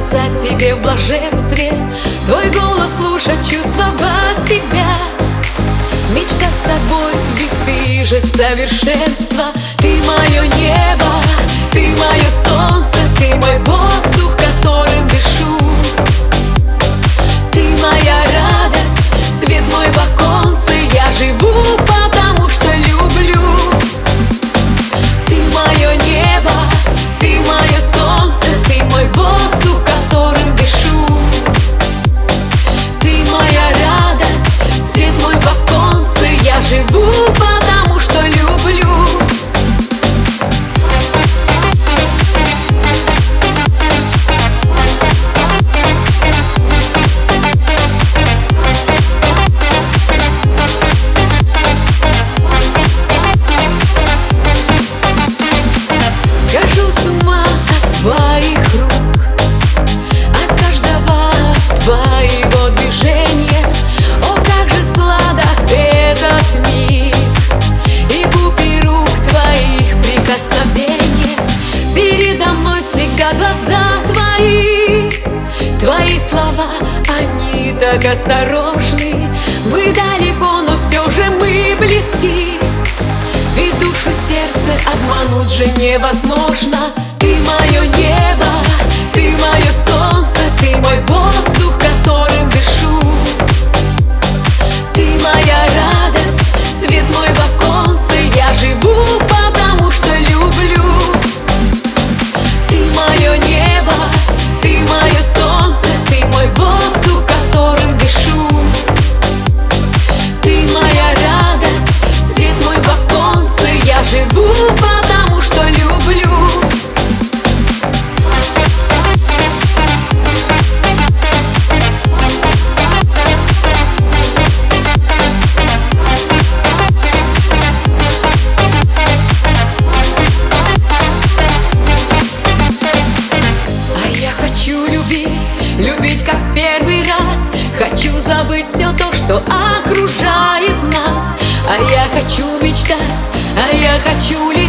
писать тебе в блаженстве, твой голос слушать, чувствовать тебя. Мечта с тобой, ведь ты же совершенство. Ты мое небо, ты мое солнце, ты мой воздух, которым дышу. Ты моя радость, свет мой в оконце, я живу, потому что люблю. Ты мое небо, ты мое солнце, ты мой воздух, которым дышу. Ты моя радость, свет мой в оконце, я живу, потому что люблю. Схожу с ума от твоих рук, от каждого твоего движения. О, как же сладок этот миг, и губы рук твоих прикосновения. Передо мной всегда глаза твои, твои слова, они так осторожны. Мы далеко, но все же мы близки, ведь душу, сердце обмануть же невозможно. Ты мое небо, ты мое солнце, ты мой воздух, которым дышу. Ты моя радость, свет мой в оконце, я живу, потому что люблю. Ты мое небо, ты мое солнце, ты мой воздух, которым дышу. Ты моя радость, свет мой в оконце, я живу, потому что люблю. Любить, как в первый раз. Хочу забыть все то, что окружает нас. А я хочу мечтать, а я хочу лететь.